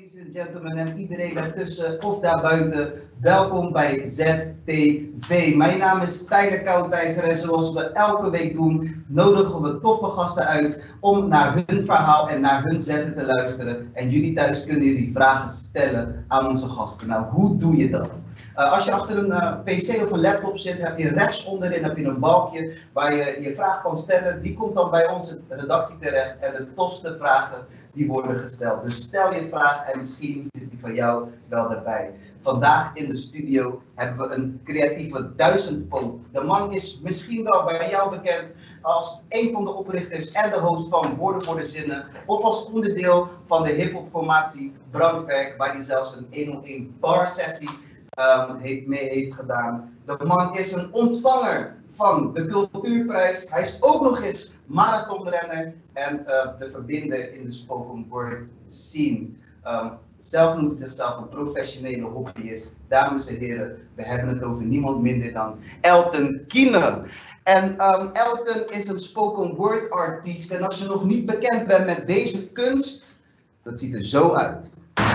Ladies and gentlemen en iedereen daartussen of daarbuiten, welkom bij ZTV. Mijn naam is Tyler Koudijzer en zoals we elke week doen, nodigen we toffe gasten uit om naar hun verhaal en naar hun zetten te luisteren. En jullie thuis kunnen jullie vragen stellen aan onze gasten. Nou, hoe doe je dat? Als je achter een pc of een laptop zit, heb je rechts onderin heb je een balkje waar je je vraag kan stellen. Die komt dan bij onze redactie terecht en de tofste vragen die worden gesteld. Dus stel je vraag en misschien zit die van jou wel erbij. Vandaag in de studio hebben we een creatieve duizendpoot. De man is misschien wel bij jou bekend als een van de oprichters en de host van Woorden voor de Zinnen. Of als onderdeel van de hip-hop formatie Brandwerk, waar hij zelfs een 101 bar sessie mee heeft gedaan. De man is een ontvanger van de Cultuurprijs. Hij is ook nog eens marathonrenner en de verbinder in de spoken word scene. Zelf noemt hij zichzelf een professionele hobbyist. Dames en heren, we hebben het over niemand minder dan Elton Kiene. En Elton is een spoken word artiest. En als je nog niet bekend bent met deze kunst, dat ziet er zo uit.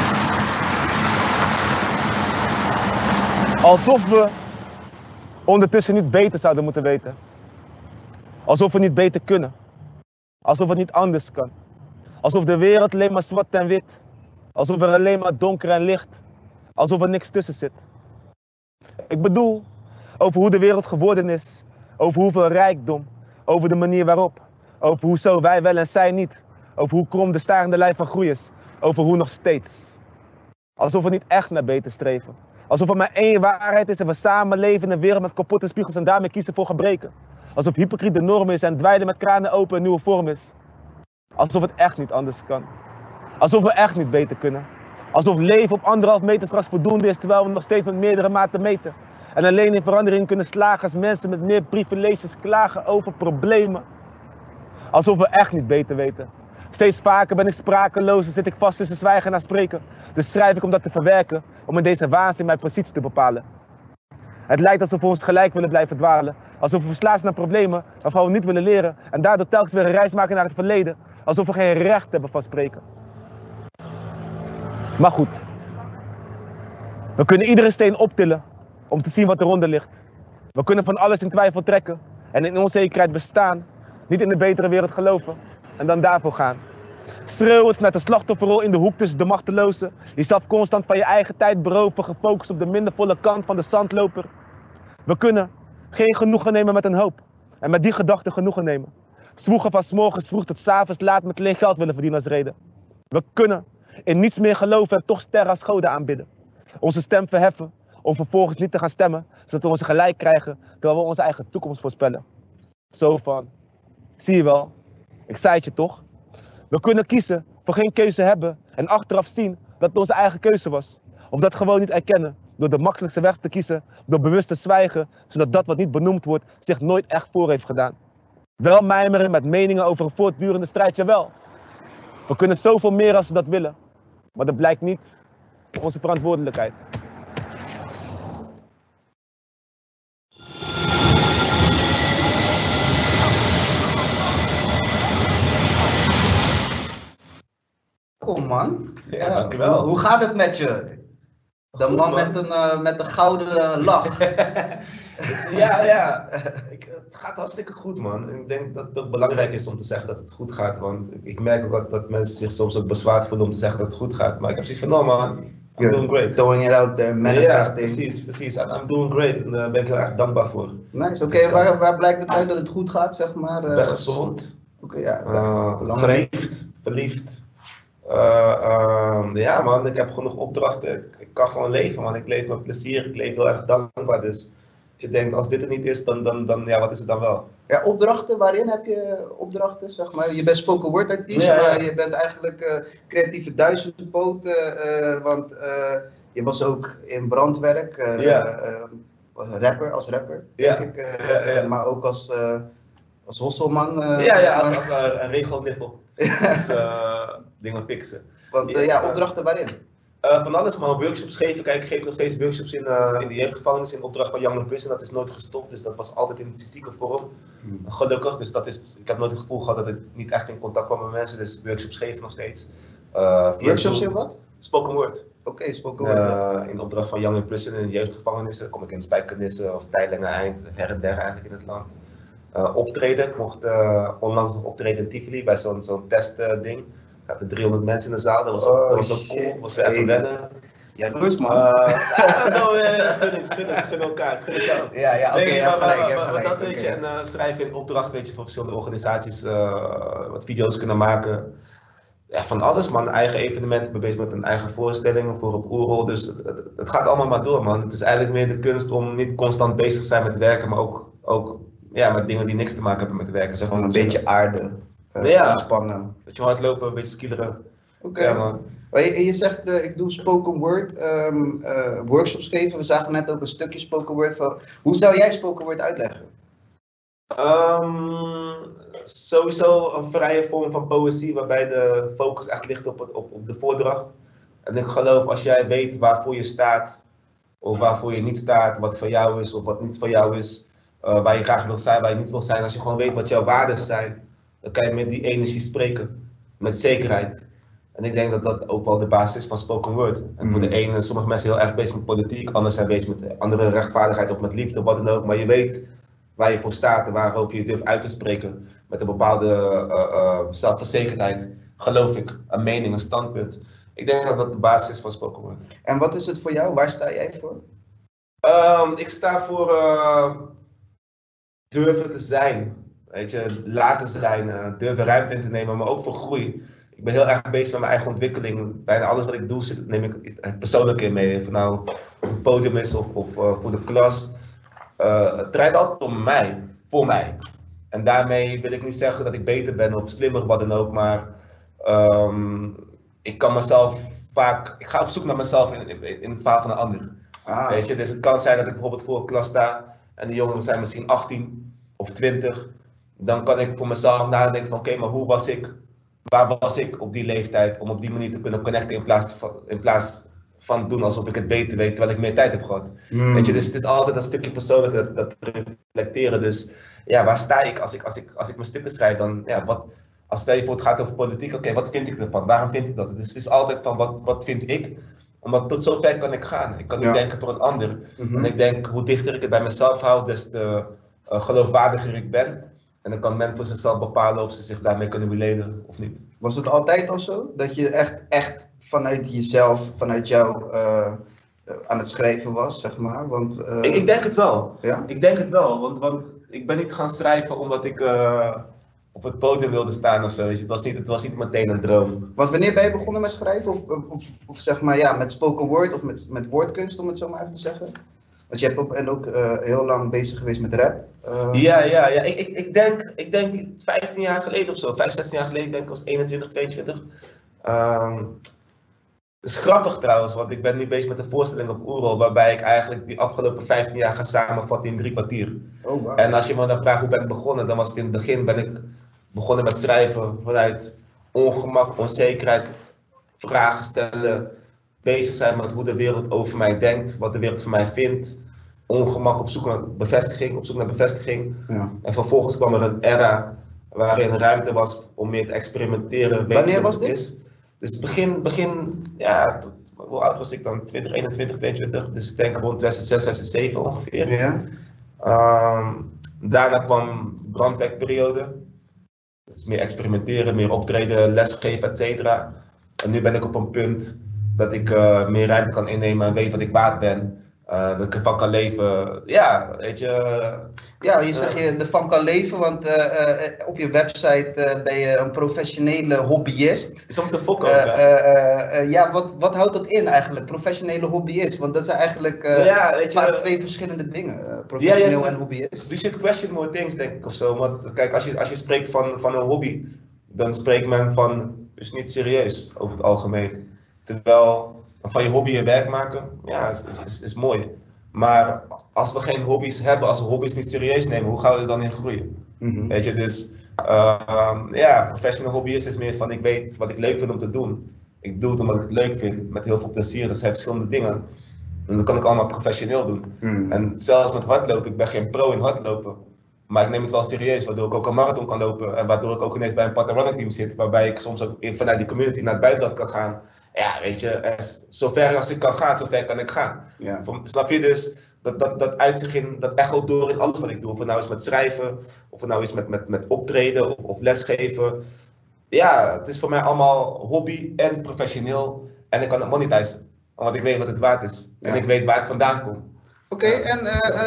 Alsof we ondertussen niet beter zouden moeten weten. Alsof we niet beter kunnen. Alsof het niet anders kan. Alsof de wereld alleen maar zwart en wit. Alsof er alleen maar donker en licht. Alsof er niks tussen zit. Ik bedoel over hoe de wereld geworden is. Over hoeveel rijkdom. Over de manier waarop. Over hoezo wij wel en zij niet. Over hoe krom de starende lijn van groei is. Over hoe nog steeds. Alsof we niet echt naar beter streven. Alsof er maar één waarheid is en we samen leven in een wereld met kapotte spiegels en daarmee kiezen voor gebreken. Alsof hypocriet de norm is en dweilen met kranen open een nieuwe vorm is. Alsof het echt niet anders kan. Alsof we echt niet beter kunnen. Alsof leven op 1,5 meter straks voldoende is terwijl we nog steeds met meerdere maten meten. En alleen in verandering kunnen slagen als mensen met meer privileges klagen over problemen. Alsof we echt niet beter weten. Steeds vaker ben ik sprakeloos en zit ik vast tussen zwijgen naar spreken. Dus schrijf ik om dat te verwerken, om in deze waanzin mijn positie te bepalen. Het lijkt alsof we ons gelijk willen blijven dwalen. Alsof we verslaafd zijn naar problemen waarvan we niet willen leren. En daardoor telkens weer een reis maken naar het verleden. Alsof we geen recht hebben van spreken. Maar goed. We kunnen iedere steen optillen om te zien wat eronder ligt. We kunnen van alles in twijfel trekken en in onzekerheid bestaan. Niet in de betere wereld geloven en dan daarvoor gaan. Schreeuwend met de slachtofferrol in de hoek tussen de machtelozen. Jezelf constant van je eigen tijd beroven, gefocust op de minder volle kant van de zandloper. We kunnen geen genoegen nemen met een hoop. En met die gedachte genoegen nemen. Zwoegen van 's morgens vroeg tot 's avonds laat met alleen geld willen verdienen als reden. We kunnen in niets meer geloven en toch sterren als goden aanbidden. Onze stem verheffen om vervolgens niet te gaan stemmen, zodat we onze gelijk krijgen terwijl we onze eigen toekomst voorspellen. Zo van, zie je wel, ik zei het je toch? We kunnen kiezen voor geen keuze hebben en achteraf zien dat het onze eigen keuze was. Of dat gewoon niet erkennen door de makkelijkste weg te kiezen, door bewust te zwijgen, zodat dat wat niet benoemd wordt zich nooit echt voor heeft gedaan. Wel mijmeren met meningen over een voortdurende strijd, jawel. We kunnen zoveel meer als we dat willen, maar dat blijkt niet onze verantwoordelijkheid. Kom man. Ja, dankjewel. Hoe gaat het met je? De Goed, man man. met een gouden lach. Ja. Het gaat hartstikke goed, man. Ik denk dat het ook belangrijk is om te zeggen dat het goed gaat. Want ik merk ook dat mensen zich soms ook bezwaard voelen om te zeggen dat het goed gaat. Maar ik heb zoiets van, no man, I'm doing great. Throwing it out there, manifesting. Ja, precies. I'm doing great. En daar ben ik heel erg dankbaar voor. Nice, oké. Waar blijkt het uit dat het goed gaat, zeg maar? Ik ben gezond. Oké, ja. Belangrijk. Verliefd. Ja man, ik heb genoeg opdrachten. Ik kan gewoon leven, man. Ik leef met plezier. Ik leef heel erg dankbaar. Dus ik denk, als dit er niet is, dan ja, wat is het dan wel? Ja, opdrachten, waarin heb je opdrachten, zeg maar? Je bent spoken word artiest, Ja. maar je bent eigenlijk creatieve duizendpoot, want je was ook in Brandwerk, als rapper, denk ik, maar ook als hosselman. Als een regelnippel. Dus dingen fixen. Want opdrachten waarin? Van alles, maar workshops geven. Kijk, ik geef nog steeds workshops in de jeugdgevangenis in opdracht van Young Prison. Dat is nooit gestopt, dus dat was altijd in fysieke vorm. Gelukkig, dus ik heb nooit het gevoel gehad dat ik niet echt in contact kwam met mensen, dus workshops geven nog steeds. Via Workshops Zoom. in wat? Spoken word. Oké, spoken word. Ja. In opdracht van Young in Prison in de jeugdgevangenissen kom ik in Spijkenissen of Teylingen Eind, her en der eigenlijk in het land. Optreden, ik mocht onlangs nog optreden in Tivoli bij zo'n testding. Gaat er 300 mensen in de zaal, dat was ook cool, was weer even wennen. Ja, rust man. Gun elkaar. Ja, oké, je hebt gelijk. Dat weet je, en schrijven in opdracht, weet je, voor verschillende organisaties wat video's kunnen maken. Ja, van alles man, eigen evenementen, ik ben bezig met een eigen voorstelling voor op Oerol, dus het gaat allemaal maar door man. Het is eigenlijk meer de kunst om niet constant bezig te zijn met werken, maar ook ja, met dingen die niks te maken hebben met werken. Zeg maar een beetje aarde, ontspannen. Dat je hardlopen, een beetje skileren. Oké. Ja, man. En je zegt, ik doe spoken word, workshops geven. We zagen net ook een stukje spoken word van. Hoe zou jij spoken word uitleggen? Sowieso een vrije vorm van poëzie waarbij de focus echt ligt op de voordracht. En ik geloof als jij weet waarvoor je staat, of waarvoor je niet staat, wat voor jou is of wat niet voor jou is, waar je graag wil zijn, waar je niet wil zijn. Als je gewoon weet wat jouw waarden zijn, dan kan je met die energie spreken, met zekerheid. En ik denk dat dat ook wel de basis is van spoken word. En voor de ene, sommige mensen heel erg bezig met politiek, anderen zijn bezig met andere rechtvaardigheid of met liefde, wat dan ook. Maar je weet waar je voor staat en waarop je durft uit te spreken met een bepaalde zelfverzekerdheid, geloof ik, een mening, een standpunt. Ik denk dat dat de basis is van spoken word. En wat is het voor jou? Waar sta jij voor? Ik sta voor durven te zijn, weet je, laten zijn, durven ruimte in te nemen, maar ook voor groei. Ik ben heel erg bezig met mijn eigen ontwikkeling. Bijna alles wat ik doe, neem ik het persoonlijk in mee. Of het nou op het podium is of voor de klas. Het draait altijd om mij, voor mij. En daarmee wil ik niet zeggen dat ik beter ben of slimmer, wat dan ook, maar ik kan mezelf vaak, ik ga op zoek naar mezelf in het verhaal van een ander. Weet je, dus het kan zijn dat ik bijvoorbeeld voor een klas sta en die jongeren zijn misschien 18 of 20. Dan kan ik voor mezelf nadenken van oké, maar hoe was ik? Waar was ik op die leeftijd om op die manier te kunnen connecten in plaats van doen alsof ik het beter weet terwijl ik meer tijd heb gehad. Weet je, dus het is altijd een stukje persoonlijk dat reflecteren. Dus ja, waar sta ik als ik mijn stukken schrijf? Dan, ja, als het gaat over politiek, oké, wat vind ik ervan? Waarom vind ik dat? Dus het is altijd van wat vind ik? Omdat tot zover kan ik gaan. Ik kan niet denken voor een ander. En ik denk, hoe dichter ik het bij mezelf hou, des te geloofwaardiger ik ben. En dan kan men voor zichzelf bepalen of ze zich daarmee kunnen beleden of niet. Was het altijd al zo? Dat je echt vanuit jezelf, vanuit jou aan het schrijven was, zeg maar? Want, ik denk het wel. Ja? Ik denk het wel, want ik ben niet gaan schrijven omdat ik op het podium wilde staan of zo. Het was niet meteen een droom. Want wanneer ben je begonnen met schrijven? Of zeg maar ja, met spoken word of met woordkunst, om het zo maar even te zeggen? Want je bent ook heel lang bezig geweest met rap. Ja. Ik denk 15 jaar geleden of zo, 16 jaar geleden, denk ik, was 21, 22. Het is grappig trouwens, want ik ben nu bezig met een voorstelling op Oerol, waarbij ik eigenlijk die afgelopen 15 jaar ga samenvatten in 3 kwartier. Oh, wow. En als je me dan vraagt hoe ben ik begonnen, dan was het in het begin ben ik begonnen met schrijven vanuit ongemak, onzekerheid, vragen stellen, bezig zijn met hoe de wereld over mij denkt, wat de wereld van mij vindt, ongemak op zoek naar bevestiging. Ja. En vervolgens kwam er een era waarin ruimte was om meer te experimenteren. Wanneer was dit? Dus begin, ja, hoe oud was ik dan? 2021, 22, dus ik denk rond 2006, 2007 ongeveer. Ja. Daarna kwam de brandwerkperiode. Dus meer experimenteren, meer optreden, lesgeven, et cetera. En nu ben ik op een punt dat ik meer ruimte kan innemen en weet wat ik waard ben. Dat ik ervan kan leven. Ja, weet je. Ja, je zegt je ervan kan leven, want op je website ben je een professionele hobbyist. Is om te fokken ook, ja, wat houdt dat in eigenlijk, professionele hobbyist? Want dat zijn eigenlijk vaak 2 verschillende dingen, professioneel en hobbyist. You should question more things, denk ik, of zo. Want kijk, als je spreekt van een hobby, dan spreekt men van, dus niet serieus, over het algemeen. Terwijl van je hobby je werk maken, ja, is mooi. Maar als we geen hobby's hebben, als we hobby's niet serieus nemen, hoe gaan we er dan in groeien? Weet je, dus ja, professional hobbyist is meer van ik weet wat ik leuk vind om te doen. Ik doe het omdat ik het leuk vind, met heel veel plezier. Dat zijn verschillende dingen. En dat kan ik allemaal professioneel doen. En zelfs met hardlopen, ik ben geen pro in hardlopen. Maar ik neem het wel serieus, waardoor ik ook een marathon kan lopen. En waardoor ik ook ineens bij een partner running team zit. Waarbij ik soms ook vanuit die community naar het buitenland kan gaan. Ja, weet je, zover als ik kan gaan, zover kan ik gaan. Ja. Snap je dus? Dat uit zich in, dat echo door in alles wat ik doe. Of het nou is met schrijven, of het nou is met optreden of lesgeven. Ja, het is voor mij allemaal hobby en professioneel. En ik kan het monetizen. Want ik weet wat het waard is. En ik weet waar ik vandaan kom. Oké, en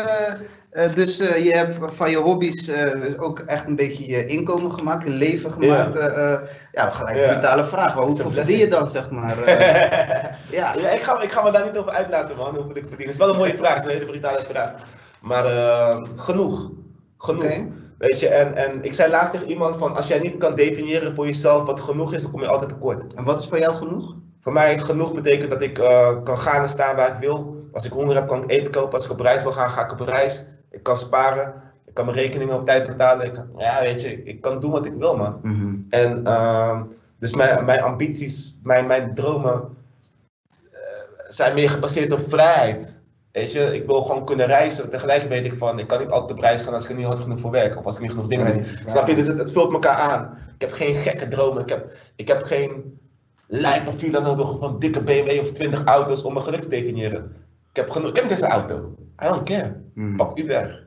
dus je hebt van je hobby's ook echt een beetje je inkomen gemaakt, je leven gemaakt. Ja, gelijk een brutale vraag. Hoeveel verdien je dan, zeg maar? Ja, ik ga me daar niet over uitlaten, man. Hoeveel ik verdien. Het is wel een mooie vraag, het is een hele brutale vraag. Maar genoeg. Okay. Weet je, en ik zei laatst tegen iemand van, als jij niet kan definiëren voor jezelf wat genoeg is, dan kom je altijd tekort. En wat is voor jou genoeg? Voor mij genoeg betekent dat ik kan gaan en staan waar ik wil. Als ik honger heb, kan ik eten kopen. Als ik op reis wil gaan, ga ik op reis. Ik kan sparen. Ik kan mijn rekeningen op tijd betalen. Weet je, ik kan doen wat ik wil, man. Mm-hmm. En dus mijn ambities, mijn dromen zijn meer gebaseerd op vrijheid. Weet je, ik wil gewoon kunnen reizen. Tegelijk weet ik van, ik kan niet altijd op reis gaan als ik er niet hard genoeg voor werk. Of als ik niet genoeg dingen doe. Snap je? Dus het vult elkaar aan. Ik heb geen gekke dromen. Ik heb geen lijpprofiel nodig van dikke BMW of 20 auto's om mijn geluk te definiëren. Ik heb deze auto. I don't care. Pak Uber.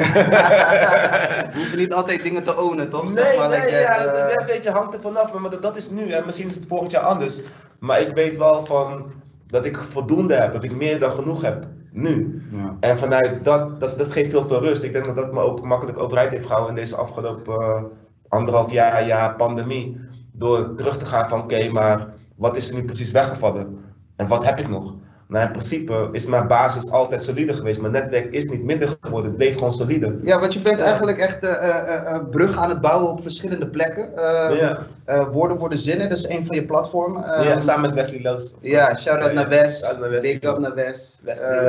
We hoeven niet altijd dingen te ownen, toch? Weet je, hangt er vanaf. Maar dat is nu. En misschien is het volgend jaar anders. Maar ik weet wel van dat ik voldoende heb. Dat ik meer dan genoeg heb. Nu. Ja. En vanuit dat geeft heel veel rust. Ik denk dat me ook makkelijk overeind heeft gehouden in deze afgelopen 1,5 jaar pandemie. Door terug te gaan van oké, maar wat is er nu precies weggevallen? En wat heb ik nog? Nou, in principe is mijn basis altijd solide geweest. Mijn netwerk is niet minder geworden. Het bleef gewoon solide. Ja, want je bent eigenlijk echt brug aan het bouwen op verschillende plekken. Woorden worden zinnen, dat is een van je platformen. Samen met Wesley Loos. Ja, shout-out naar Wes. Big up naar Wes.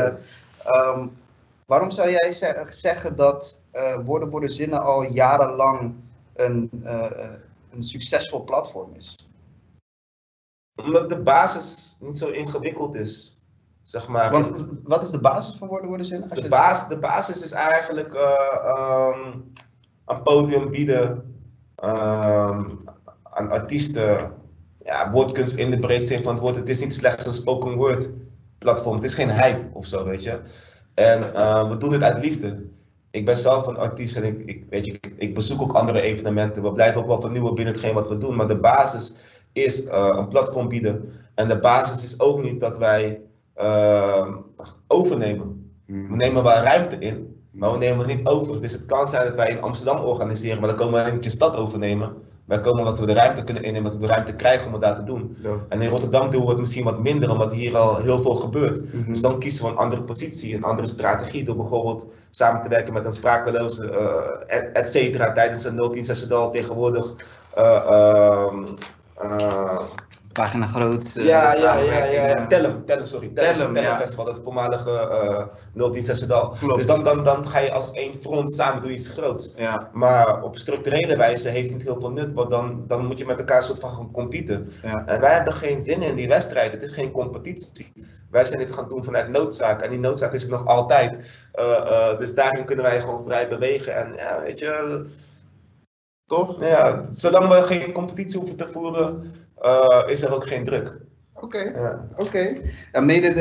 Waarom zou jij zeggen dat Woorden worden zinnen al jarenlang een succesvol platform is? Omdat de basis niet zo ingewikkeld is. Zeg maar. Want wat is de basis van Woorden worden zinnen? De basis is eigenlijk een podium bieden aan artiesten. Ja, woordkunst in de breedste zin van het woord. Het is niet slechts een spoken word platform. Het is geen hype of zo, weet je. En we doen dit uit liefde. Ik ben zelf een artiest en ik bezoek ook andere evenementen. We blijven ook wel vernieuwen binnen hetgeen wat we doen. Maar de basis is een platform bieden. En de basis is ook niet dat wij overnemen. We nemen wel ruimte in, maar we nemen het niet over. Dus het kan zijn dat wij in Amsterdam organiseren, maar dan komen wij niet je stad overnemen. Wij komen omdat we de ruimte kunnen innemen, dat we de ruimte krijgen om het daar te doen. Ja. En in Rotterdam doen we het misschien wat minder, omdat hier al heel veel gebeurt. Dus dan kiezen we een andere positie, een andere strategie, door bijvoorbeeld samen te werken met een sprakeloze, et cetera, tijdens een 010 Sessedal tegenwoordig. Pagina groot. Tellem Festival, dat is het voormalige 010 Sessedal. Dus dan ga je als één front samen doen iets groots. Ja. Maar op structurele wijze heeft het niet heel veel nut, want dan moet je met elkaar een soort van gaan competen. Ja. En wij hebben geen zin in die wedstrijd, het is geen competitie. Wij zijn dit gaan doen vanuit noodzaak en die noodzaak is er nog altijd. Dus daarin kunnen wij gewoon vrij bewegen en ja, weet je. Toch? Ja, zolang we geen competitie hoeven te voeren, is er ook geen druk. Oké. Ja,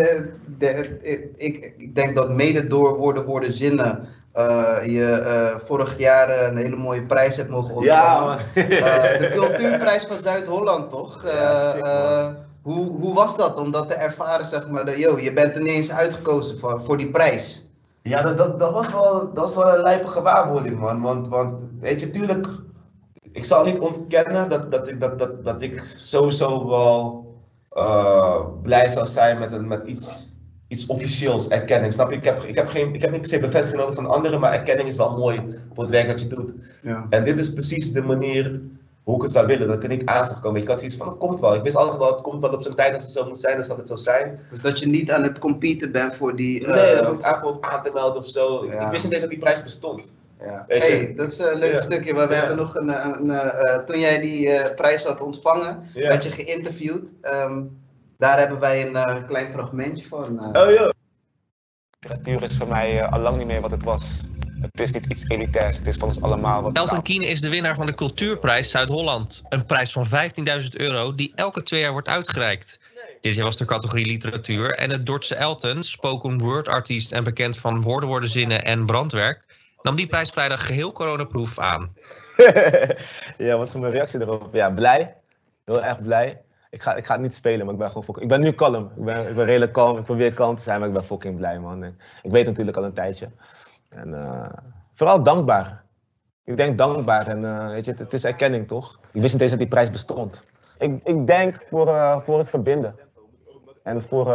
ik denk dat mede door Woorden zinnen je vorig jaar een hele mooie prijs hebt mogen ontvangen. Ja, de Cultuurprijs van Zuid-Holland, toch? Hoe was dat om dat te ervaren, zeg maar? Je bent ineens uitgekozen voor die prijs. Ja, dat was wel een lijpe gewaarwording, man. Want weet je, tuurlijk. Ik zal niet ontkennen dat ik sowieso wel blij zou zijn met iets officieels, erkenning. Snap je? Ik heb niet per se bevestiging nodig van anderen, maar erkenning is wel mooi voor het werk dat je doet. Ja. En dit is precies de manier hoe ik het zou willen, dat ik er niet aan zou komen. Ik had zoiets van, het komt wel. Ik wist altijd wel, het komt wel op zijn tijd als het zo moet zijn, dan zal het zo zijn. Dus dat je niet aan het competen bent voor die... Nee, dat hoeft eigenlijk op aan te melden of zo. Ja. Ik wist niet eens dat die prijs bestond. Ja. Hey, dat is een leuk stukje, maar we hebben nog toen jij die prijs had ontvangen, werd je geïnterviewd. Daar hebben wij een klein fragmentje van. Literatuur is voor mij al lang niet meer wat het was. Het is niet iets elitairs, het is van ons allemaal. Wat Elton Kiene is de winnaar van de Cultuurprijs Zuid-Holland. Een prijs van €15.000 die elke 2 jaar wordt uitgereikt. Dit jaar was de categorie literatuur en het Dordtse Elton, spoken word artiest en bekend van woorden, woorden, zinnen en brandwerk, nam die prijs vrijdag geheel coronaproof aan. Ja, wat is mijn reactie erop? Ja, blij. Heel erg blij. Ik ga het niet spelen, maar ik ben gewoon fucking... Ik ben nu kalm. Ik ben redelijk kalm. Ik probeer kalm te zijn, maar ik ben fucking blij, man. En ik weet natuurlijk al een tijdje. En vooral dankbaar. Ik denk dankbaar en weet je, het is erkenning, toch? Ik wist niet eens dat die prijs bestond. Ik denk voor het verbinden. En voor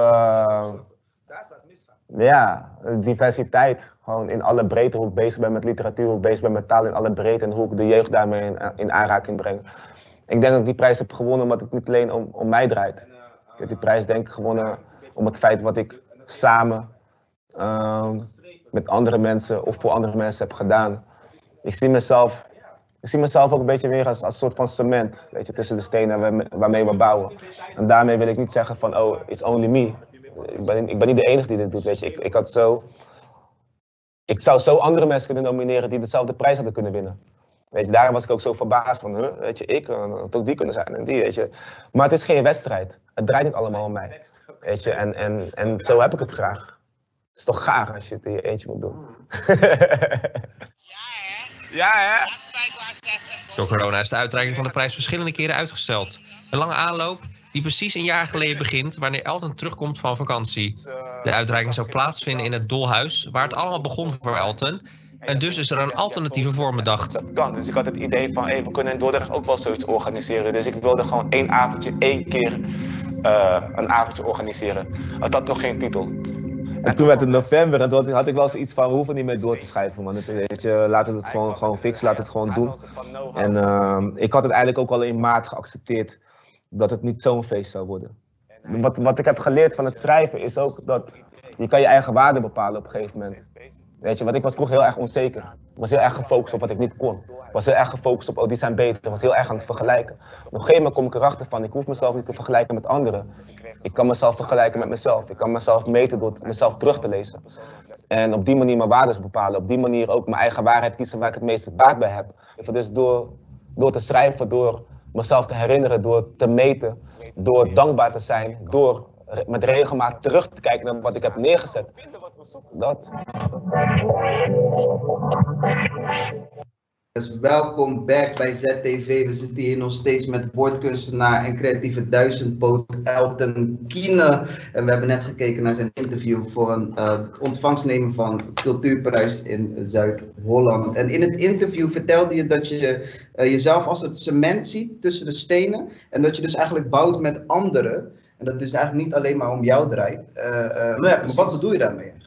ja, diversiteit. Gewoon in alle breedte, hoe ik bezig ben met literatuur, hoe ik bezig ben met taal in alle breedte en hoe ik de jeugd daarmee in aanraking breng. Ik denk dat ik die prijs heb gewonnen omdat het niet alleen om mij draait. Ik heb die prijs denk ik gewonnen om het feit wat ik samen met andere mensen of voor andere mensen heb gedaan. Ik zie mezelf ook een beetje weer als een soort van cement, weet je, tussen de stenen waarmee we bouwen. En daarmee wil ik niet zeggen van, oh, it's only me. Ik ben niet de enige die dit doet, weet je. Ik zou zo andere mensen kunnen nomineren die dezelfde prijs hadden kunnen winnen. Weet je, daarom was ik ook zo verbaasd van, weet je, ik had ook die kunnen zijn en die, weet je. Maar het is geen wedstrijd. Het draait niet allemaal om mij, weet je. En zo heb ik het graag. Het is toch gaar als je het in je eentje moet doen. Ja, hè? Door corona is de uitreiking van de prijs verschillende keren uitgesteld. Een lange aanloop die precies een jaar geleden begint wanneer Elton terugkomt van vakantie. De uitreiking zou plaatsvinden in het Dolhuis, waar het allemaal begon voor Elton. En dus is er een alternatieve vorm bedacht. Dat kan, dus ik had het idee van, we kunnen in Dordrecht ook wel zoiets organiseren. Dus ik wilde gewoon één keer een avondje organiseren. Het had nog geen titel. En toen werd het november en toen had ik wel zoiets van, we hoeven niet meer door te schrijven, man. Weet je, laten we het gewoon fixen, laten we het gewoon doen. En ik had het eigenlijk ook al in maart geaccepteerd dat het niet zo'n feest zou worden. Wat ik heb geleerd van het schrijven is ook dat je kan je eigen waarde bepalen op een gegeven moment. Weet je, want ik was vroeger heel erg onzeker. Ik was heel erg gefocust op wat ik niet kon. Ik was heel erg gefocust op, oh, die zijn beter. Ik was heel erg aan het vergelijken. Op een gegeven moment kom ik erachter van, ik hoef mezelf niet te vergelijken met anderen. Ik kan mezelf vergelijken met mezelf. Ik kan mezelf meten door mezelf terug te lezen. En op die manier mijn waardes bepalen. Op die manier ook mijn eigen waarheid kiezen waar ik het meeste baat bij heb. Dus door te schrijven, door mezelf te herinneren, door te meten, door dankbaar te zijn, door met regelmaat terug te kijken naar wat ik heb neergezet. Dat. Dus welkom back bij ZTV. We zitten hier nog steeds met woordkunstenaar en creatieve duizendpoot Elton Kiene. En we hebben net gekeken naar zijn interview voor een ontvangstnemen van Cultuurprijs in Zuid-Holland. En in het interview vertelde je dat je jezelf als het cement ziet tussen de stenen. En dat je dus eigenlijk bouwt met anderen. En dat dus eigenlijk niet alleen maar om jou draait. Maar wat bedoel je daarmee eigenlijk?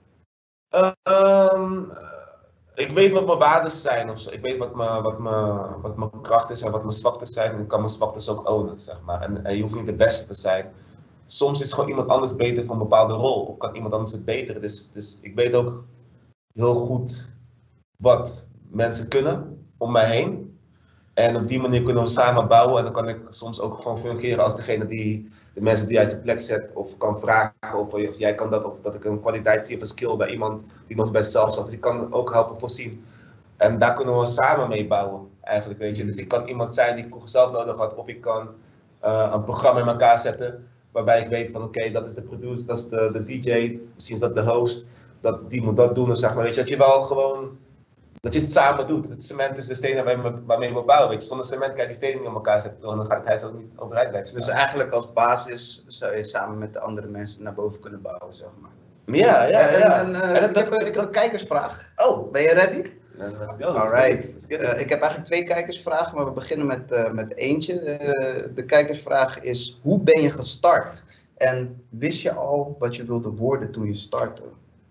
Ik weet wat mijn waardes zijn, of zo. Ik weet wat mijn kracht is en wat mijn zwaktes zijn. En ik kan mijn zwaktes ook ownen, zeg maar. En je hoeft niet de beste te zijn. Soms is gewoon iemand anders beter voor een bepaalde rol. Of kan iemand anders het beter. Dus ik weet ook heel goed wat mensen kunnen om mij heen. En op die manier kunnen we samen bouwen. En dan kan ik soms ook gewoon fungeren als degene die de mensen op de juiste plek zet. Of kan vragen of jij kan dat. Of dat ik een kwaliteit zie of een skill bij iemand die nog bij zichzelf zat. Dus ik kan ook helpen voorzien. En daar kunnen we samen mee bouwen, eigenlijk, weet je. Dus ik kan iemand zijn die zelf nodig had. Of ik kan een programma in elkaar zetten. Waarbij ik weet van oké, dat is de producer, dat is de DJ. Misschien is dat de host. Die moet dat doen. Of zeg maar, weet je, dat je wel gewoon... Dat je het samen doet. Het cement is de stenen waarmee we bouwen. Weet je. Zonder cement kan je die stenen niet aan elkaar zetten. Dan gaat het huis ook niet overeind blijven staan. Dus eigenlijk als basis zou je samen met de andere mensen naar boven kunnen bouwen, zeg maar. Ja. Ik heb een kijkersvraag. Oh, ben je ready? Let's go. Alright. Ik heb eigenlijk 2 kijkersvragen, maar we beginnen met eentje. De kijkersvraag is, hoe ben je gestart? En wist je al wat je wilde worden toen je startte?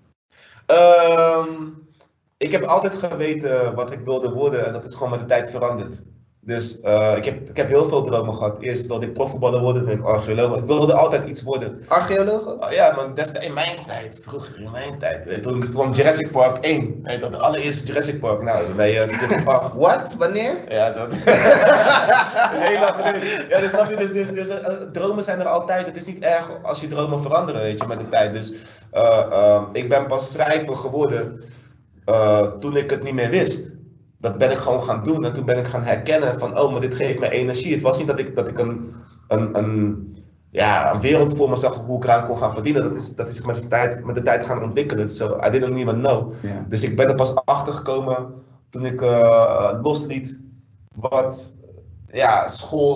Ik heb altijd geweten wat ik wilde worden en dat is gewoon met de tijd veranderd. Dus ik heb heel veel dromen gehad. Eerst wilde ik profvoetballer worden, toen ben ik archeoloog. Ik wilde altijd iets worden. Archeoloog? Ja, man, in mijn tijd, vroeger in mijn tijd. Toen kwam Jurassic Park 1, de allereerste Jurassic Park. Nou, dan ben je Jurassic Park. Wat? Wanneer? Ja, dat. Heel lang geleden. Ja, dus snap je, dus dromen zijn er altijd. Het is niet erg als je dromen veranderen, weet je, met de tijd. Dus ik ben pas schrijver geworden. toen ik het niet meer wist. Dat ben ik gewoon gaan doen en toen ben ik gaan herkennen van, oh, maar dit geeft mij energie. Het was niet dat ik een wereld voor mezelf hoe ik eraan kon gaan verdienen. Dat is met de tijd gaan ontwikkelen. So I didn't even know. Ja. Dus ik ben er pas achter gekomen toen ik losliet wat school,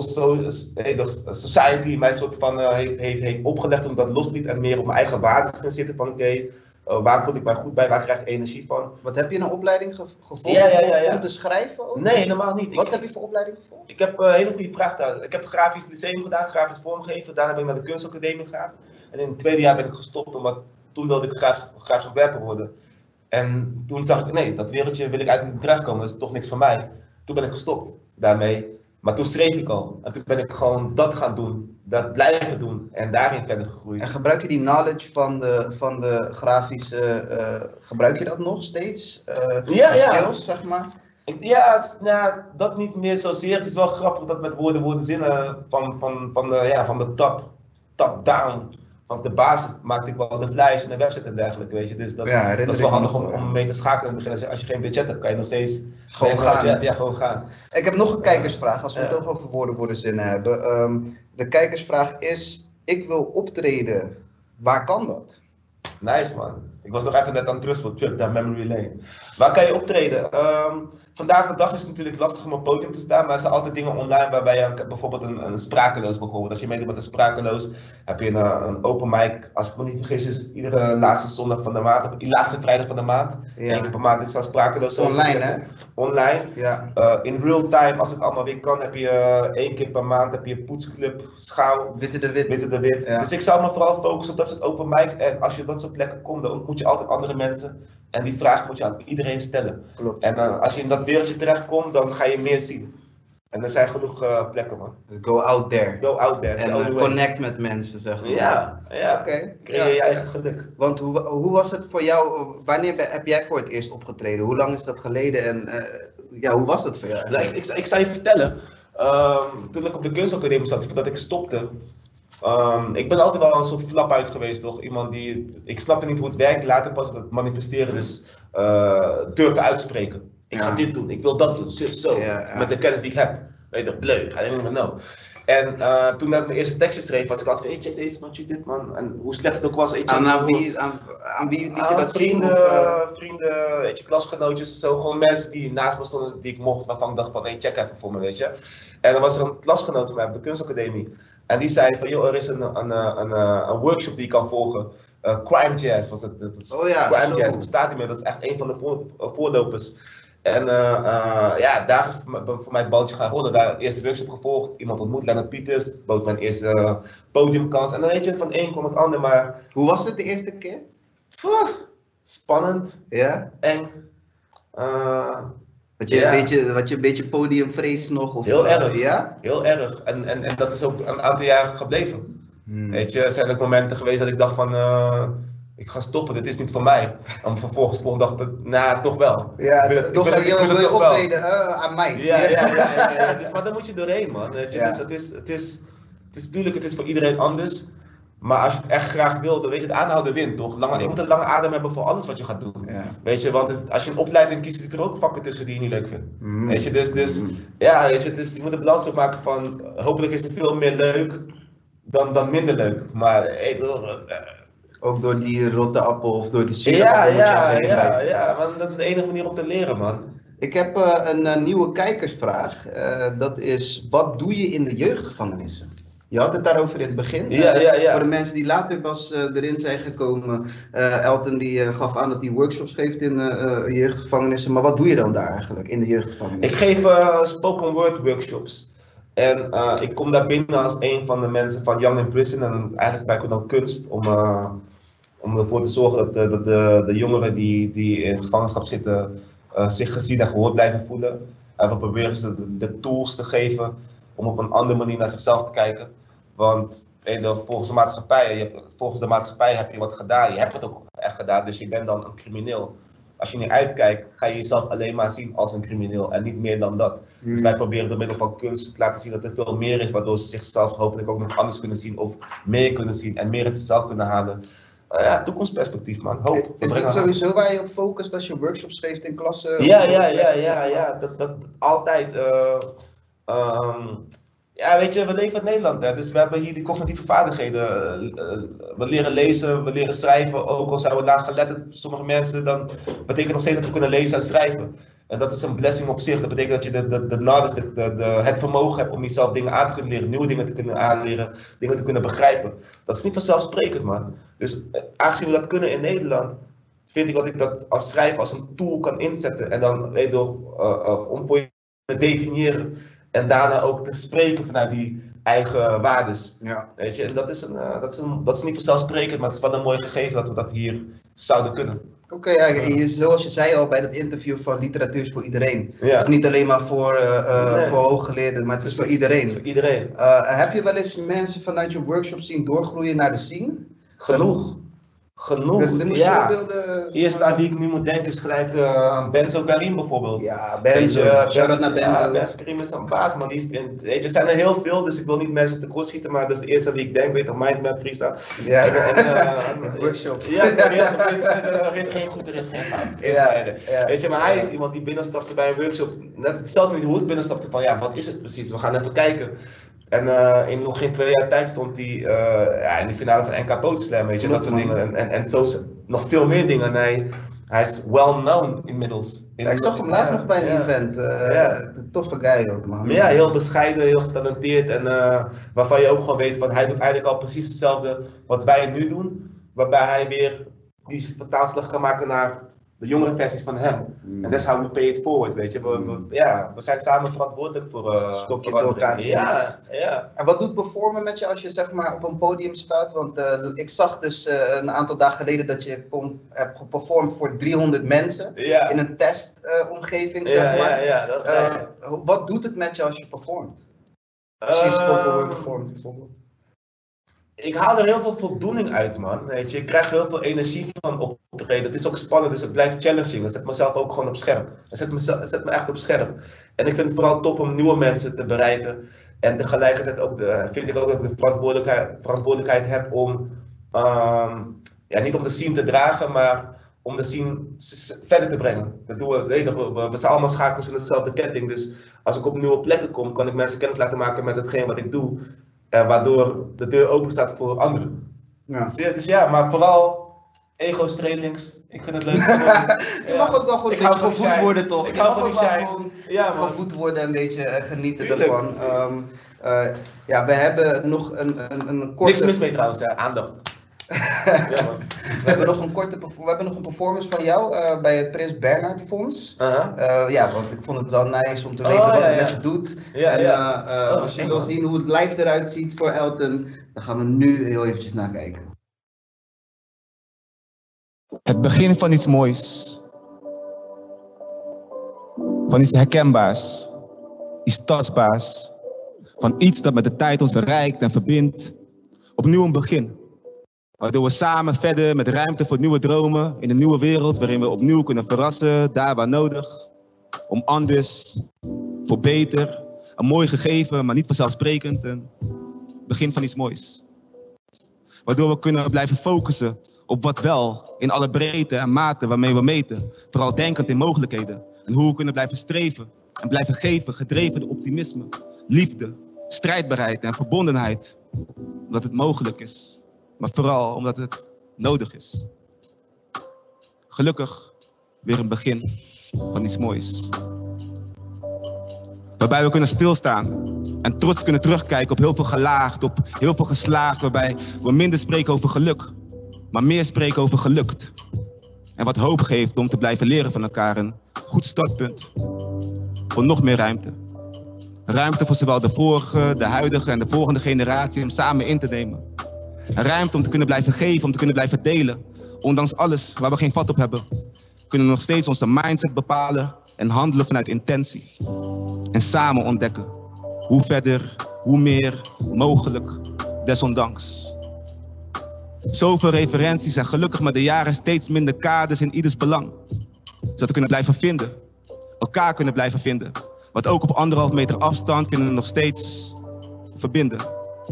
society mij soort van heeft opgelegd toen ik dat losliet en meer op mijn eigen waarden ging zitten van oké, waar voel ik mij goed bij, waar krijg ik energie van. Wat heb je een opleiding gevolgd om te schrijven? Ook? Nee, helemaal niet. Wat heb je voor opleiding gevolgd? Ik heb een hele goede vraag daar. Ik heb grafisch lyceum gedaan, grafisch vormgeven. Daarna ben ik naar de kunstacademie gegaan. En in het tweede jaar ben ik gestopt, omdat toen wilde ik grafisch ontwerper worden. En toen zag ik, nee, dat wereldje wil ik eigenlijk niet terechtkomen, dat is toch niks voor mij. Toen ben ik gestopt daarmee. Maar toen schreef ik al. En toen ben ik gewoon dat gaan doen, dat blijven doen en daarin verder gegroeid. En gebruik je die knowledge van de grafische, gebruik je dat nog steeds? Skills, zeg maar? Dat niet meer zozeer. Het is wel grappig dat met woorden zinnen van de top down. Van de basis maakte ik wel de flyers en de website en dergelijke, weet je. Dus dat is wel handig om mee te schakelen in het begin. Als je geen budget hebt, kan je nog steeds gewoon gaan. Gewoon gaan. Ik heb nog een kijkersvraag, als we het toch over woorden zinnen hebben. De kijkersvraag is, ik wil optreden, waar kan dat? Nice man. Ik was nog even net aan het terug trip naar Memory Lane. Waar kan je optreden? Vandaag de dag is het natuurlijk lastig om op het podium te staan, maar er zijn altijd dingen online waarbij je bijvoorbeeld een sprakeloos bijvoorbeeld. Als je meedoet met een sprakeloos, heb je een open mic. Als ik me niet vergis is het iedere laatste zondag van de maand, laatste vrijdag van de maand. Ja. 1 keer per maand is dat sprakeloos. Online hè? Online. Ja. In real time, als het allemaal weer kan, heb je 1 keer per maand heb je poetsclub, schouw, Witte de Wit. Ja. Dus ik zou me vooral focussen op dat soort open mics. En als je op dat soort plekken komt, dan ontmoet je altijd andere mensen. En die vraag moet je aan iedereen stellen. Klopt. En als je in dat wereldje terechtkomt, dan ga je meer zien. En er zijn genoeg plekken, man. Dus go out there. Go out there. En connect met mensen, zeg maar. Ja. Oké. Creëer je eigen geluk. Want hoe was het voor jou, wanneer heb jij voor het eerst opgetreden? Hoe lang is dat geleden en hoe was dat voor jou? Nou, ik zou je vertellen, toen ik op de kunstacademie zat, voordat ik stopte, ik ben altijd wel een soort flap uit geweest, toch? Iemand die, ik snapte niet hoe het werkt, later pas het manifesteren, dus durven uitspreken. Ik ga dit doen, ik wil dat doen, zo, met de kennis die ik heb. Weet je, leuk, I didn't even know. En toen ik mijn eerste tekstje schreef, was ik altijd van, check deze man, check dit man. En hoe slecht het ook was, aan wie liet je dat zien? Vrienden, weet je, klasgenootjes, zo, gewoon mensen die naast me stonden, die ik mocht, waarvan ik dacht van, hey, check even voor me, weet je. En dan was er een klasgenoot van mij op de kunstacademie. En die zei van, joh, er is een workshop die je kan volgen. Crime Jazz was het. Crime Jazz bestaat niet meer, dat is echt een van de voorlopers. En daar is voor mij het balletje gaan rollen. Daar eerste workshop gevolgd, iemand ontmoet, Lennart Pieters, bood mijn eerste podiumkans. En dan weet je, van het een kwam het ander, maar... Hoe was het de eerste keer? Spannend. Ja? Eng. Had je een beetje podiumvrees nog? Of, heel erg. Ja? Heel erg. En dat is ook een aantal jaar gebleven. Weet je, er zijn ook momenten geweest dat ik dacht van... ik ga stoppen, dit is niet voor mij. En vervolgens dacht ik, toch wel. Ja, wil je optreden aan mij. Ja. Dus, maar daar moet je doorheen, man. Weet je, het is natuurlijk, het is voor iedereen anders. Maar als je het echt graag wil, dan weet je, het aanhouden wint, toch? Je moet een lange adem hebben voor alles wat je gaat doen. Ja. Weet je, want als je een opleiding kiest, zitten er ook vakken tussen die je niet leuk vindt. Weet je, dus weet je, je moet een balans opmaken van, hopelijk is het veel meer leuk dan minder leuk. Maar ook door die rotte appel of door die sinaasappel ja, want dat is de enige manier om te leren, man. Ik heb een nieuwe kijkersvraag. Dat is, wat doe je in de jeugdgevangenissen? Je had het daarover in het begin. Voor de mensen die later pas erin zijn gekomen. Elton die gaf aan dat hij workshops geeft in jeugdgevangenissen. Maar wat doe je dan daar eigenlijk in de jeugdgevangenissen? Ik geef spoken word workshops. En ik kom daar binnen als een van de mensen van Young in Prison. En eigenlijk kijken we dan kunst om ervoor te zorgen dat de jongeren die in gevangenschap zitten zich gezien en gehoord blijven voelen. En we proberen ze de tools te geven om op een andere manier naar zichzelf te kijken. Want volgens de maatschappij heb je wat gedaan, je hebt het ook echt gedaan, dus je bent dan een crimineel. Als je niet uitkijkt, ga je jezelf alleen maar zien als een crimineel en niet meer dan dat. Dus wij proberen door middel van kunst te laten zien dat er veel meer is, waardoor ze zichzelf hopelijk ook nog anders kunnen zien of meer kunnen zien en meer uit zichzelf kunnen halen. Ja, toekomstperspectief, man. Hoop. Is dit sowieso waar je op focust als je workshops geeft in klassen? Ja. Dat altijd. Ja, weet je, we leven in Nederland, hè, dus we hebben hier die cognitieve vaardigheden. We leren lezen, we leren schrijven, ook al zijn we laaggeletterd, sommige mensen, dan betekent nog steeds dat we kunnen lezen en schrijven. En dat is een blessing op zich. Dat betekent dat je de knowledge, het vermogen hebt om jezelf dingen aan te kunnen leren, nieuwe dingen te kunnen aanleren, dingen te kunnen begrijpen. Dat is niet vanzelfsprekend, man. Dus aangezien we dat kunnen in Nederland, vind ik dat ik dat als schrijver als een tool kan inzetten en dan om voor je te definiëren. En daarna ook te spreken vanuit die eigen waardes. Ja. Weet je, en dat is niet vanzelfsprekend, maar het is wel een mooi gegeven dat we dat hier zouden kunnen. Oké, zoals je zei al bij dat interview van Literatuur is voor iedereen. Ja. Het is niet alleen maar voor Nee. hooggeleerden, maar het is voor iedereen. Het is voor iedereen. Heb je wel eens mensen vanuit je workshop zien doorgroeien naar de scene? Genoeg. Ja. Voorbeelden. Eerst aan wie ik nu moet denken is gelijk Benzo Karim bijvoorbeeld. Ja, Benzo. Shout-out naar Benzo. Ja, Benzo Karim is een baas, man. Weet je, er zijn er heel veel, dus ik wil niet mensen tekort schieten, maar dat is de eerste aan wie ik denk, weet je, Mindmap, freestyle. Ja, workshop. Ja, er is geen goed, er is geen fout. Weet je, maar hij is iemand die binnenstapte bij een workshop, net hetzelfde niet hoe ik binnenstapte van, ja, wat is het precies? We gaan even kijken. En in nog geen 2 jaar tijd stond hij in de finale van NK Poetry Slam, weet je, dat soort dingen. En zo nog veel meer dingen. En hij is well known inmiddels. Ja, ik zag hem laatst nog bij een event. Een toffe guy ook, man. Maar ja, heel bescheiden, heel getalenteerd. En waarvan je ook gewoon weet van hij doet eigenlijk al precies hetzelfde wat wij nu doen. Waarbij hij weer die vertaalslag kan maken naar de jongere versies van hem. En dat is how we pay it forward, weet je. We zijn samen verantwoordelijk voor... Stokje door elkaar. Ja. En wat doet performen met je als je zeg maar op een podium staat? Want ik zag dus een aantal dagen geleden dat je hebt geperformd voor 300 mensen in een testomgeving, zeg maar. Ja, dat is wat doet het met je als je performt? Als je spoken word performt bijvoorbeeld. Ik haal er heel veel voldoening uit, man. Weet je, ik krijg heel veel energie van optreden. Het is ook spannend, dus het blijft challenging. Het zet mezelf ook gewoon op scherp. Het zet me echt op scherp. En ik vind het vooral tof om nieuwe mensen te bereiken. En tegelijkertijd ook vind ik ook dat ik de verantwoordelijkheid heb om, niet om de scene te dragen, maar om de scene verder te brengen. Dat doen we zijn allemaal schakels in hetzelfde ketting. Dus als ik op nieuwe plekken kom, kan ik mensen kennis laten maken met hetgeen wat ik doe. Waardoor de deur open staat voor anderen. Ja. Dus ja, maar vooral ego-trainings. Ik vind het leuk. Je mag ook wel gewoon gevoed worden, toch? Ik hou van die shine. Ja, gevoed worden en een beetje genieten Tuurlijk. ervan. We hebben nog een korte... Niks mis mee trouwens, aandacht. Ja, man. We hebben nog een performance van jou bij het Prins Bernhard Fonds. Want ik vond het wel nice om te weten wat het met je doet. Als je wil zien hoe het live eruit ziet voor Elton, dan gaan we nu heel eventjes naar kijken. Het begin van iets moois. Van iets herkenbaars. Iets tastbaars. Van iets dat met de tijd ons bereikt en verbindt. Opnieuw een begin. Waardoor we samen verder met ruimte voor nieuwe dromen in een nieuwe wereld waarin we opnieuw kunnen verrassen, daar waar nodig. Om anders, voor beter, een mooi gegeven, maar niet vanzelfsprekend, een begin van iets moois. Waardoor we kunnen blijven focussen op wat wel, in alle breedte en mate waarmee we meten. Vooral denkend in mogelijkheden en hoe we kunnen blijven streven en blijven geven, gedreven door optimisme, liefde, strijdbaarheid en verbondenheid. Omdat het mogelijk is. Maar vooral omdat het nodig is. Gelukkig weer een begin van iets moois. Waarbij we kunnen stilstaan en trots kunnen terugkijken op heel veel gelaagd, op heel veel geslaagd. Waarbij we minder spreken over geluk, maar meer spreken over gelukt. En wat hoop geeft om te blijven leren van elkaar. Een goed startpunt voor nog meer ruimte. Ruimte voor zowel de vorige, de huidige en de volgende generatie om samen in te nemen. Een ruimte om te kunnen blijven geven, om te kunnen blijven delen. Ondanks alles waar we geen vat op hebben, kunnen we nog steeds onze mindset bepalen en handelen vanuit intentie. En samen ontdekken hoe verder, hoe meer mogelijk, desondanks. Zoveel referenties en gelukkig met de jaren steeds minder kaders in ieders belang. Zodat we kunnen blijven vinden, elkaar kunnen blijven vinden. Want ook op 1,5 meter afstand kunnen we nog steeds verbinden.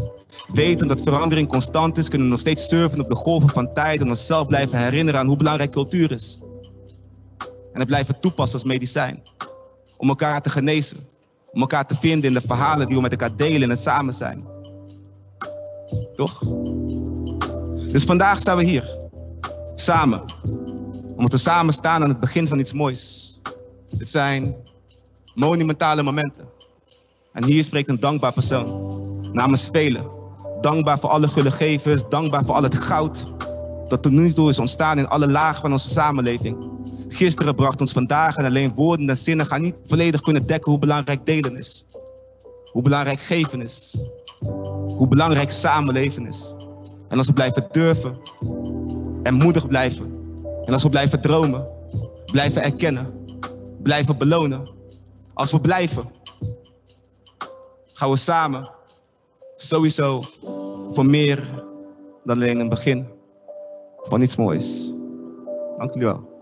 Weten dat verandering constant is, kunnen we nog steeds surfen op de golven van tijd en onszelf blijven herinneren aan hoe belangrijk cultuur is. En het blijven toepassen als medicijn. Om elkaar te genezen. Om elkaar te vinden in de verhalen die we met elkaar delen en het samen zijn. Toch? Dus vandaag staan we hier. Samen. Omdat we samen staan aan het begin van iets moois. Het zijn monumentale momenten. En hier spreekt een dankbaar persoon. Namens velen. Dankbaar voor alle gullegevers. Dankbaar voor al het goud dat tot nu toe is ontstaan in alle lagen van onze samenleving. Gisteren bracht ons vandaag en alleen woorden en zinnen gaan niet volledig kunnen dekken hoe belangrijk delen is. Hoe belangrijk geven is. Hoe belangrijk samenleven is. En als we blijven durven en moedig blijven. En als we blijven dromen, blijven erkennen, blijven belonen. Als we blijven, gaan we samen sowieso voor meer dan alleen een begin van iets moois. Dank jullie wel.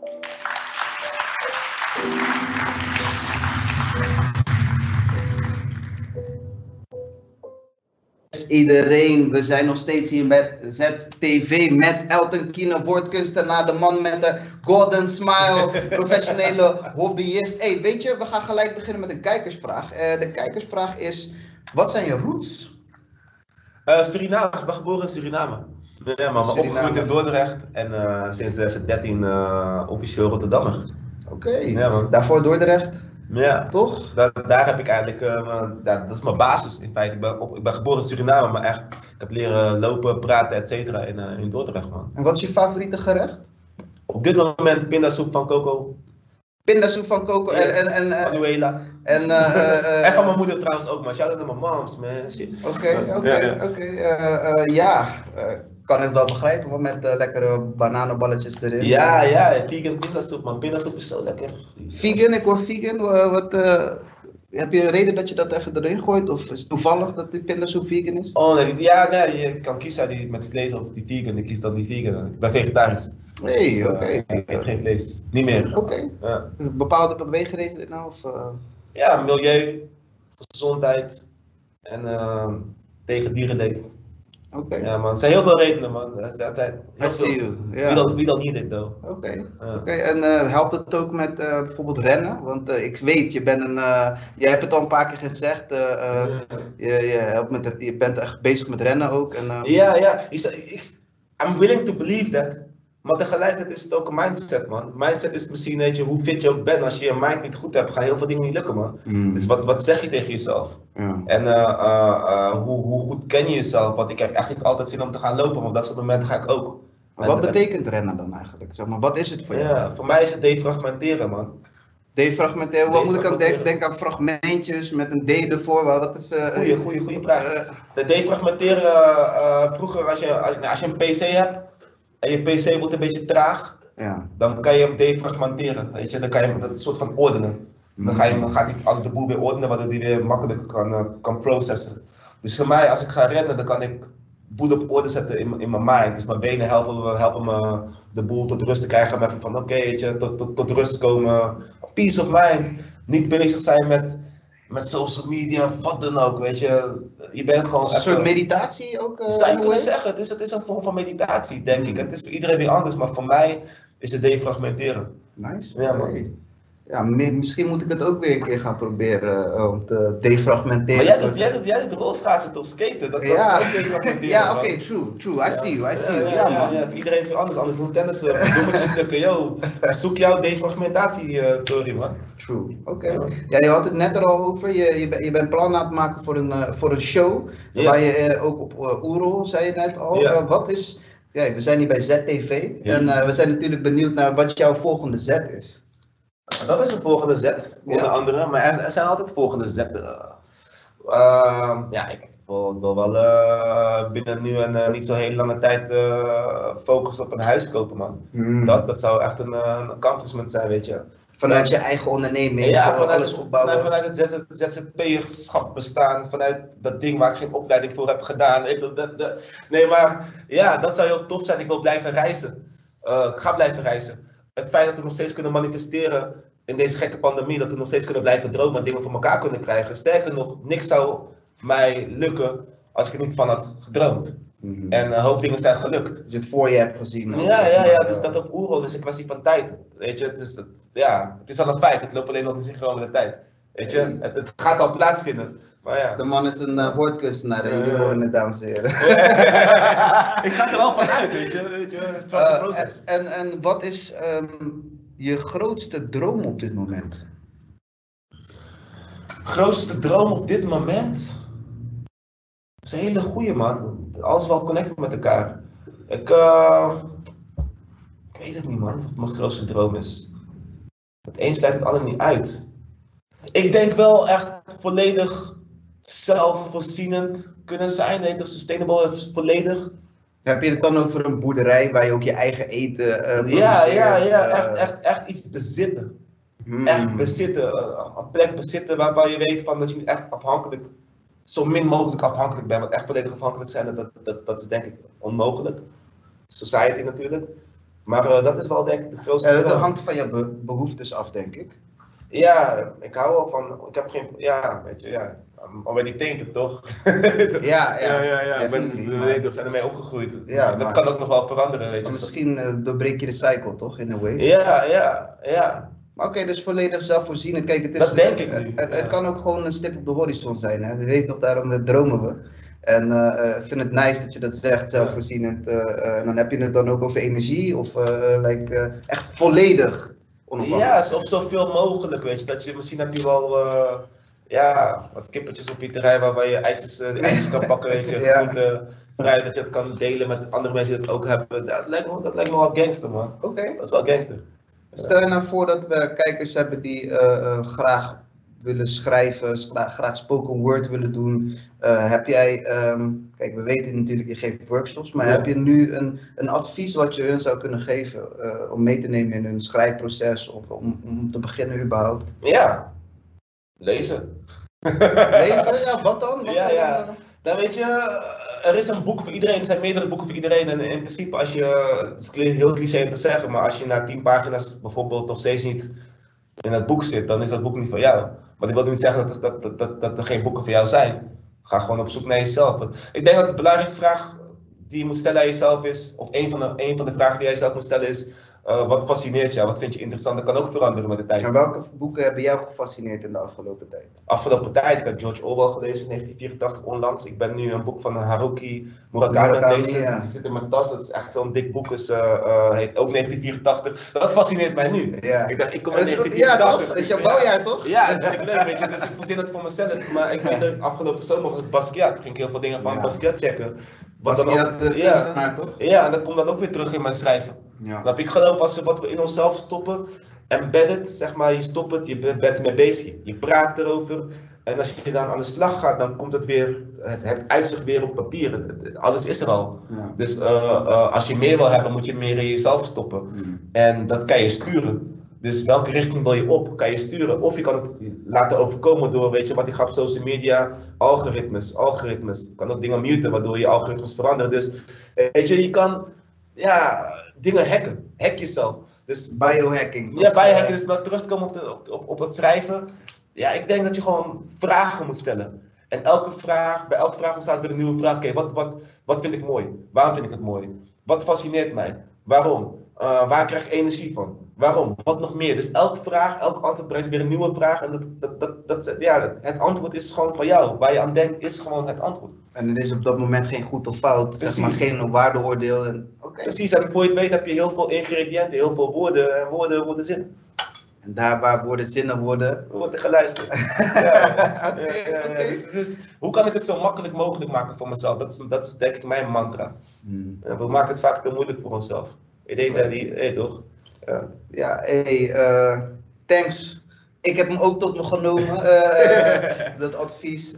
Iedereen, we zijn nog steeds hier met ZTV, met Elton Kine, woordkunstenaar, de man met de golden smile, professionele hobbyist. Hey, weet je, we gaan gelijk beginnen met een kijkersvraag. De kijkersvraag is, wat zijn je roots? Suriname, ik ben geboren in Suriname. Ja, maar opgegroeid in Dordrecht en sinds 2013 officieel Rotterdammer. Oké, Ja, daarvoor Dordrecht, ja, toch? daar heb ik eigenlijk, dat is mijn basis in feite. Ik ben geboren in Suriname, maar echt, ik heb leren lopen, praten, et cetera in Dordrecht, man. En wat is je favoriete gerecht? Op dit moment pindasoep van Coco. Pindasoep van Coco en Manuela. en En van mijn moeder trouwens ook, maar shout out naar mijn moms, man. Kan het wel begrijpen, maar met lekkere bananenballetjes erin. Ja, vegan pindasoep, man. Pindasoep is zo lekker. Vegan, ik hoor vegan. Heb je een reden dat je dat even erin gooit? Of is het toevallig dat die pindasoep vegan is? Oh nee, je kan kiezen die met vlees of die vegan. Ik kies dan die vegan. Ik ben vegetarisch. Nee, oké. Ik eet geen vlees. Niet meer. Oké. Ja. Bepaalde beweegredenen nou? Of, Ja, milieu, gezondheid en tegen dierenleed. Oké. Ja man, er zijn heel veel redenen man. Wie dan niet dit though. Oké. En helpt het ook met bijvoorbeeld rennen? Want ik weet, je hebt het al een paar keer gezegd, je bent echt bezig met rennen ook. En, I'm willing to believe that. Maar tegelijkertijd is het ook een mindset, man. Mindset is misschien, weet je, hoe fit je ook bent. Als je je mind niet goed hebt, gaan heel veel dingen niet lukken, man. Dus wat zeg je tegen jezelf? Ja. En hoe goed ken je jezelf? Want ik heb echt niet altijd zin om te gaan lopen, maar op dat soort momenten ga ik ook. Maar wat betekent rennen dan eigenlijk? Zeg maar, wat is het voor jou? Ja, voor mij is het defragmenteren, man. Defragmenteren, wat moet ik aan denken? Denk aan fragmentjes met een D ervoor. Wat is, goeie vraag. De defragmenteren, vroeger als je een PC hebt, en je PC wordt een beetje traag, dan kan je hem defragmenteren, weet je, dan kan je hem dat een soort van ordenen. Dan gaat hij de boel weer ordenen, waardoor hij weer makkelijker kan processen. Dus voor mij, als ik ga rennen, dan kan ik de boel op orde zetten in mijn mind. Dus mijn benen helpen me de boel tot rust te krijgen, om even van oké, weet je, tot rust komen, peace of mind. Niet bezig zijn met social media, wat dan ook, weet je. Je bent gewoon een soort meditatie ook? Zou je kunnen zeggen, het is een vorm van meditatie, denk ik. Het is voor iedereen weer anders, maar voor mij is het defragmenteren. Nice. Ja, man. Ja, misschien moet ik het ook weer een keer gaan proberen om te defragmenteren. Maar jij doet rolschaatsen of skaten, dat is ook defragmenteren. Ja, oké, true. I see you. Ja, voor iedereen is weer anders doen tennis, bloemetjes plukken, yo. Zoek jouw defragmentatie-theorie, man. True, oké. Ja, je had het net er al over, je bent plan aan het maken voor een show, waar je ook op Oerol, zei je net al. Wat is, we zijn hier bij ZTV en we zijn natuurlijk benieuwd naar wat jouw volgende zet is. Dat is een volgende zet, onder andere, maar er zijn altijd volgende zetten. Ik wil wel binnen nu en niet zo hele lange tijd focussen op een huis kopen, man. Dat zou echt een accomplishment zijn, weet je. Vanuit je eigen onderneming, vanuit het ZZP-schap bestaan, vanuit dat ding waar ik geen opleiding voor heb gedaan. Nee, maar ja, dat zou heel tof zijn. Ik wil blijven reizen. Ik ga blijven reizen. Het feit dat we nog steeds kunnen manifesteren in deze gekke pandemie, dat we nog steeds kunnen blijven dromen en dingen voor elkaar kunnen krijgen. Sterker nog, niks zou mij lukken als ik er niet van had gedroomd. En een hoop dingen zijn gelukt. Dus je het voor je hebt gezien. ook, Ja, zeg ja, maar, ja, dus dat op oerrol is een kwestie van tijd. Weet je, het is al een feit, het loopt alleen nog niet synchroon met de tijd. Weet je, het gaat al plaatsvinden. Maar ja. De man is een woordkunstenaar, jullie horen het, dames en heren. Ik ga er wel van uit, weet je, het was een proces. En wat is je grootste droom op dit moment? Grootste droom op dit moment? Dat is een hele goeie, man. Alles wel connected met elkaar. Ik weet het niet, man, wat mijn grootste droom is. Het een sluit het ander niet uit. Ik denk wel echt volledig zelfvoorzienend kunnen zijn, heet dat sustainable, volledig. Heb je het dan over een boerderij waar je ook je eigen eten Ja, produceert? echt iets bezitten. Echt bezitten, een plek bezitten waarvan je weet van dat je niet echt afhankelijk, zo min mogelijk afhankelijk bent, want echt volledig afhankelijk zijn, dat is denk ik onmogelijk. Society natuurlijk. Maar dat is wel denk ik de grootste Dat hangt van je behoeftes af, denk ik. Ja, ik hou wel van, ik heb geen, ja, weet je, ja, already tainted toch? Ja. We zijn ermee opgegroeid, dus Ja, dat maar kan ook nog wel veranderen, weet je. misschien doorbreek je de cycle, toch, in een way? Ja. Maar oké, dus volledig zelfvoorzienend. Kijk, het is, Dat denk ik nu. Het kan ook gewoon een stip op de horizon zijn, hè? Je weet toch, daarom dromen we. En ik vind het nice dat je dat zegt, zelfvoorzienend. En dan heb je het dan ook over energie of echt volledig onafhankelijk. Ja, of zoveel mogelijk, weet je. Dat je, misschien heb je wel wat kippertjes op je terrein waar je eitjes kan pakken, weet je. Groente, fruit, dat je het kan delen met andere mensen die dat ook hebben. Dat lijkt me wel gangster, man. Oké. Dat is wel gangster. Stel je nou voor dat we kijkers hebben die graag willen schrijven, graag spoken word willen doen. Heb jij, kijk, we weten natuurlijk, je geeft workshops, maar heb je nu een advies wat je hun zou kunnen geven om mee te nemen in hun schrijfproces of om te beginnen überhaupt? Ja, lezen. Lezen? Ja, wat dan? Dan weet je, er is een boek voor iedereen, er zijn meerdere boeken voor iedereen en in principe als je, het is heel cliché om te zeggen, maar als je na 10 pagina's bijvoorbeeld nog steeds niet in het boek zit, dan is dat boek niet voor jou. Maar dat wil niet zeggen dat er geen boeken voor jou zijn. Ga gewoon op zoek naar jezelf. Ik denk dat de belangrijkste vraag die je moet stellen aan jezelf is, of een van de vragen die jij zelf moet stellen is, wat fascineert jou, wat vind je interessant, dat kan ook veranderen met de tijd. En welke boeken hebben jou gefascineerd in de afgelopen tijd? Afgelopen tijd, ik heb George Orwell gelezen in 1984 onlangs. Ik ben nu een boek van Haruki Murakami aan het lezen. Ja. Die zit in mijn tas, dat is echt zo'n dik boek, heet ook 1984. Dat fascineert mij nu. Ja. Ik dacht, ik kom in Ja, 1984. toch? Dat is jouw bouwjaar, toch? Ja, dat vind ik leuk, weet je. Dus ik verzin het voor mezelf. Maar ik weet dat afgelopen zomer was het Basquiat. Ging ik heel veel dingen van Basquiat checken. Basquiat, de kunstenaar, toch? Ja, en dat komt dan ook weer terug in mijn schrijven. Ja. Snap je? Ik geloof wat we in onszelf stoppen, embedded, zeg maar, je stopt het, je bent ermee bezig, je praat erover. En als je dan aan de slag gaat, dan komt het weer, het uitzicht weer op papier. Alles is er al. Ja. Dus als je meer wil hebben, moet je meer in jezelf stoppen. En dat kan je sturen. Dus welke richting wil je op, kan je sturen. Of je kan het laten overkomen door, weet je wat ik ga op social media, algoritmes. Je kan ook dingen muten, waardoor je algoritmes veranderen. Dus weet je kan dingen hacken. Hack jezelf. Dus, biohacking. Ja, biohacking. Dus maar terugkomen op het schrijven. Ja, ik denk dat je gewoon vragen moet stellen. En bij elke vraag ontstaat weer een nieuwe vraag. Oké, wat vind ik mooi? Waarom vind ik het mooi? Wat fascineert mij? Waarom? Waar krijg ik energie van? Waarom? Wat nog meer? Dus elke vraag, elk antwoord brengt weer een nieuwe vraag. En het antwoord is gewoon van jou. Waar je aan denkt, is gewoon het antwoord. En er is op dat moment geen goed of fout, zeg maar, geen waardeoordeel. Precies, en voor je het weet heb je heel veel ingrediënten, heel veel woorden en woorden worden zin. En daar waar woorden zinnen worden, wordt er geluisterd. Dus hoe kan ik het zo makkelijk mogelijk maken voor mezelf? Dat is denk ik mijn mantra. We maken het vaak te moeilijk voor onszelf. Ik denk dat toch? Thanks. Ik heb hem ook tot me genomen, dat advies.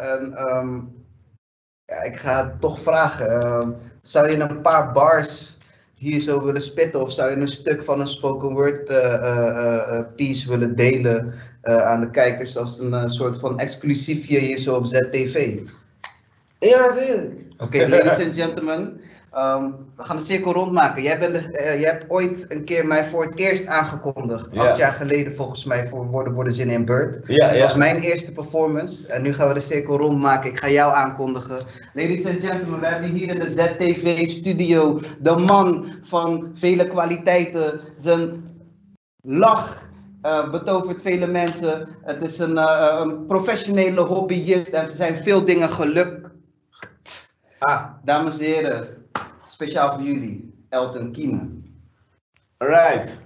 Ik ga toch vragen, zou je een paar bars hier zo willen spitten of zou je een stuk van een spoken word piece willen delen aan de kijkers als een soort van exclusiefje hier zo op ZTV? Ja, natuurlijk. Oké, ladies and gentlemen, We gaan de cirkel rondmaken. Jij hebt ooit een keer mij voor het eerst aangekondigd. Ja. 8 jaar geleden volgens mij voor Worden Zinnen in Bird. Ja, Dat ja. was mijn eerste performance. En nu gaan we de cirkel rondmaken. Ik ga jou aankondigen. Ladies and gentlemen, we hebben hier in de ZTV studio de man van vele kwaliteiten. Zijn lach betovert vele mensen. Het is een professionele hobbyist en er zijn veel dingen gelukt. Dames en heren, speciaal voor jullie, Elton Kiene. Alright.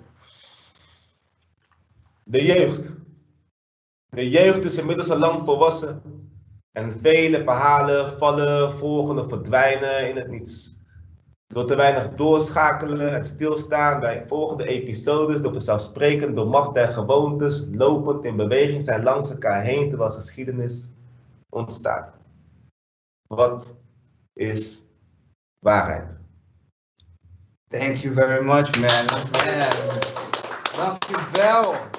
De jeugd. De jeugd is inmiddels al lang volwassen. En vele verhalen vallen, volgen of verdwijnen in het niets. Door te weinig doorschakelen, het stilstaan bij volgende episodes, door vanzelfsprekend, door macht en gewoontes, lopend in beweging zijn langs elkaar heen terwijl geschiedenis ontstaat. Wat is waarheid? Thank you very much, man. Dankjewel.